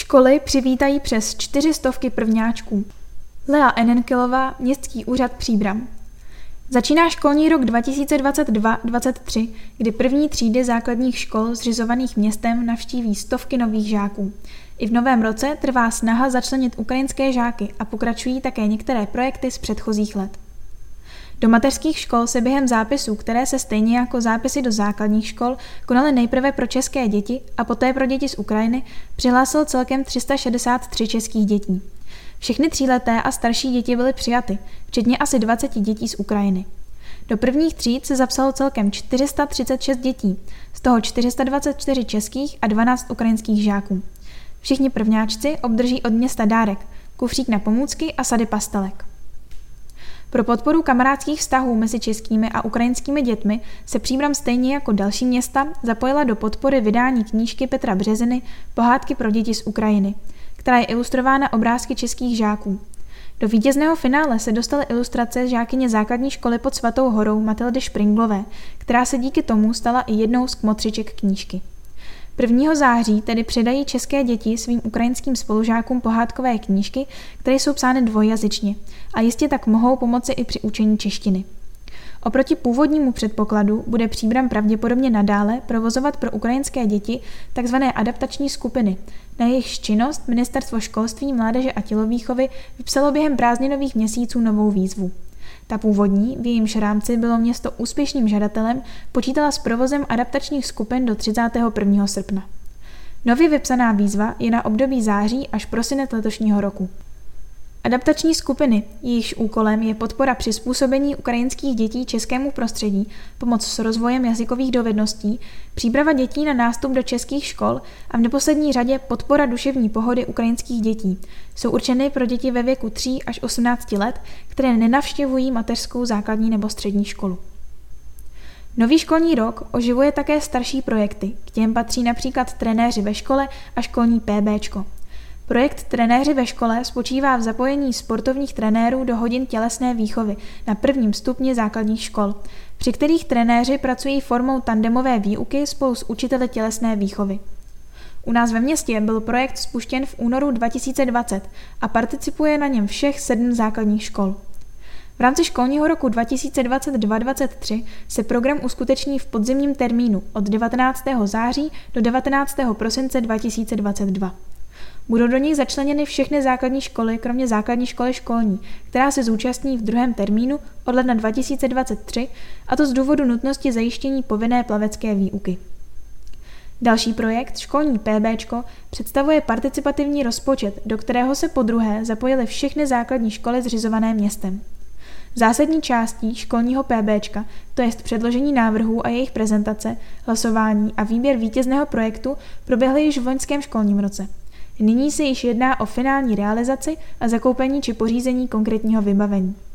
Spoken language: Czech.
Školy přivítají přes 400 prvňáčků. Lea Enenkilová, Městský úřad Příbram. Začíná školní rok 2022-23, kdy první třídy základních škol zřizovaných městem navštíví stovky nových žáků. I v novém roce trvá snaha začlenit ukrajinské žáky a pokračují také některé projekty z předchozích let. Do mateřských škol se během zápisů, které se stejně jako zápisy do základních škol konaly nejprve pro české děti a poté pro děti z Ukrajiny, přihlásilo celkem 363 českých dětí. Všechny tříleté a starší děti byly přijaty, včetně asi 20 dětí z Ukrajiny. Do prvních tříd se zapsalo celkem 436 dětí, z toho 424 českých a 12 ukrajinských žáků. Všichni prvňáčci obdrží od města dárek, kufřík na pomůcky a sady pastelek. Pro podporu kamarádských vztahů mezi českými a ukrajinskými dětmi se Příbram stejně jako další města zapojila do podpory vydání knížky Petra Březiny Pohádky pro děti z Ukrajiny, která je ilustrována obrázky českých žáků. Do vítězného finále se dostaly ilustrace žákyně základní školy pod Svatou Horou Matyldy Špringlové, která se díky tomu stala i jednou z kmotřiček knížky. 1. září tedy předají české děti svým ukrajinským spolužákům pohádkové knížky, které jsou psány dvojjazyčně a jistě tak mohou pomoci i při učení češtiny. Oproti původnímu předpokladu bude Příbram pravděpodobně nadále provozovat pro ukrajinské děti tzv. Adaptační skupiny. Na jejich činnost Ministerstvo školství, mládeže a tělovýchovy vypsalo během prázdninových měsíců novou výzvu. Ta původní, v jejímž rámci bylo město úspěšným žadatelem, počítala s provozem adaptačních skupin do 31. srpna. Nově vypsaná výzva je na období září až prosinec letošního roku. Adaptační skupiny, jejichž úkolem je podpora přizpůsobení ukrajinských dětí českému prostředí, pomoc s rozvojem jazykových dovedností, příprava dětí na nástup do českých škol a v neposlední řadě podpora duševní pohody ukrajinských dětí, jsou určeny pro děti ve věku 3 až 18 let, které nenavštěvují mateřskou základní nebo střední školu. Nový školní rok oživuje také starší projekty, k těm patří například trenéři ve škole a školní PBčko. Projekt Trenéři ve škole spočívá v zapojení sportovních trenérů do hodin tělesné výchovy na 1. stupni základních škol, při kterých trenéři pracují formou tandemové výuky spolu s učiteli tělesné výchovy. U nás ve městě byl projekt spuštěn v únoru 2020 a participuje na něm všech 7 základních škol. V rámci školního roku 2022-23 se program uskuteční v podzimním termínu od 19. září do 19. prosince 2022. Budou do nich začleněny všechny základní školy, kromě základní školy školní, která se zúčastní v 2. termínu od ledna 2023, a to z důvodu nutnosti zajištění povinné plavecké výuky. Další projekt, školní PBčko, představuje participativní rozpočet, do kterého se podruhé zapojily všechny základní školy zřizované městem. Zásadní částí školního PBčka, to jest předložení návrhů a jejich prezentace, hlasování a výběr vítězného projektu, proběhly již v loňském školním roce. Nyní se již jedná o finální realizaci a zakoupení či pořízení konkrétního vybavení.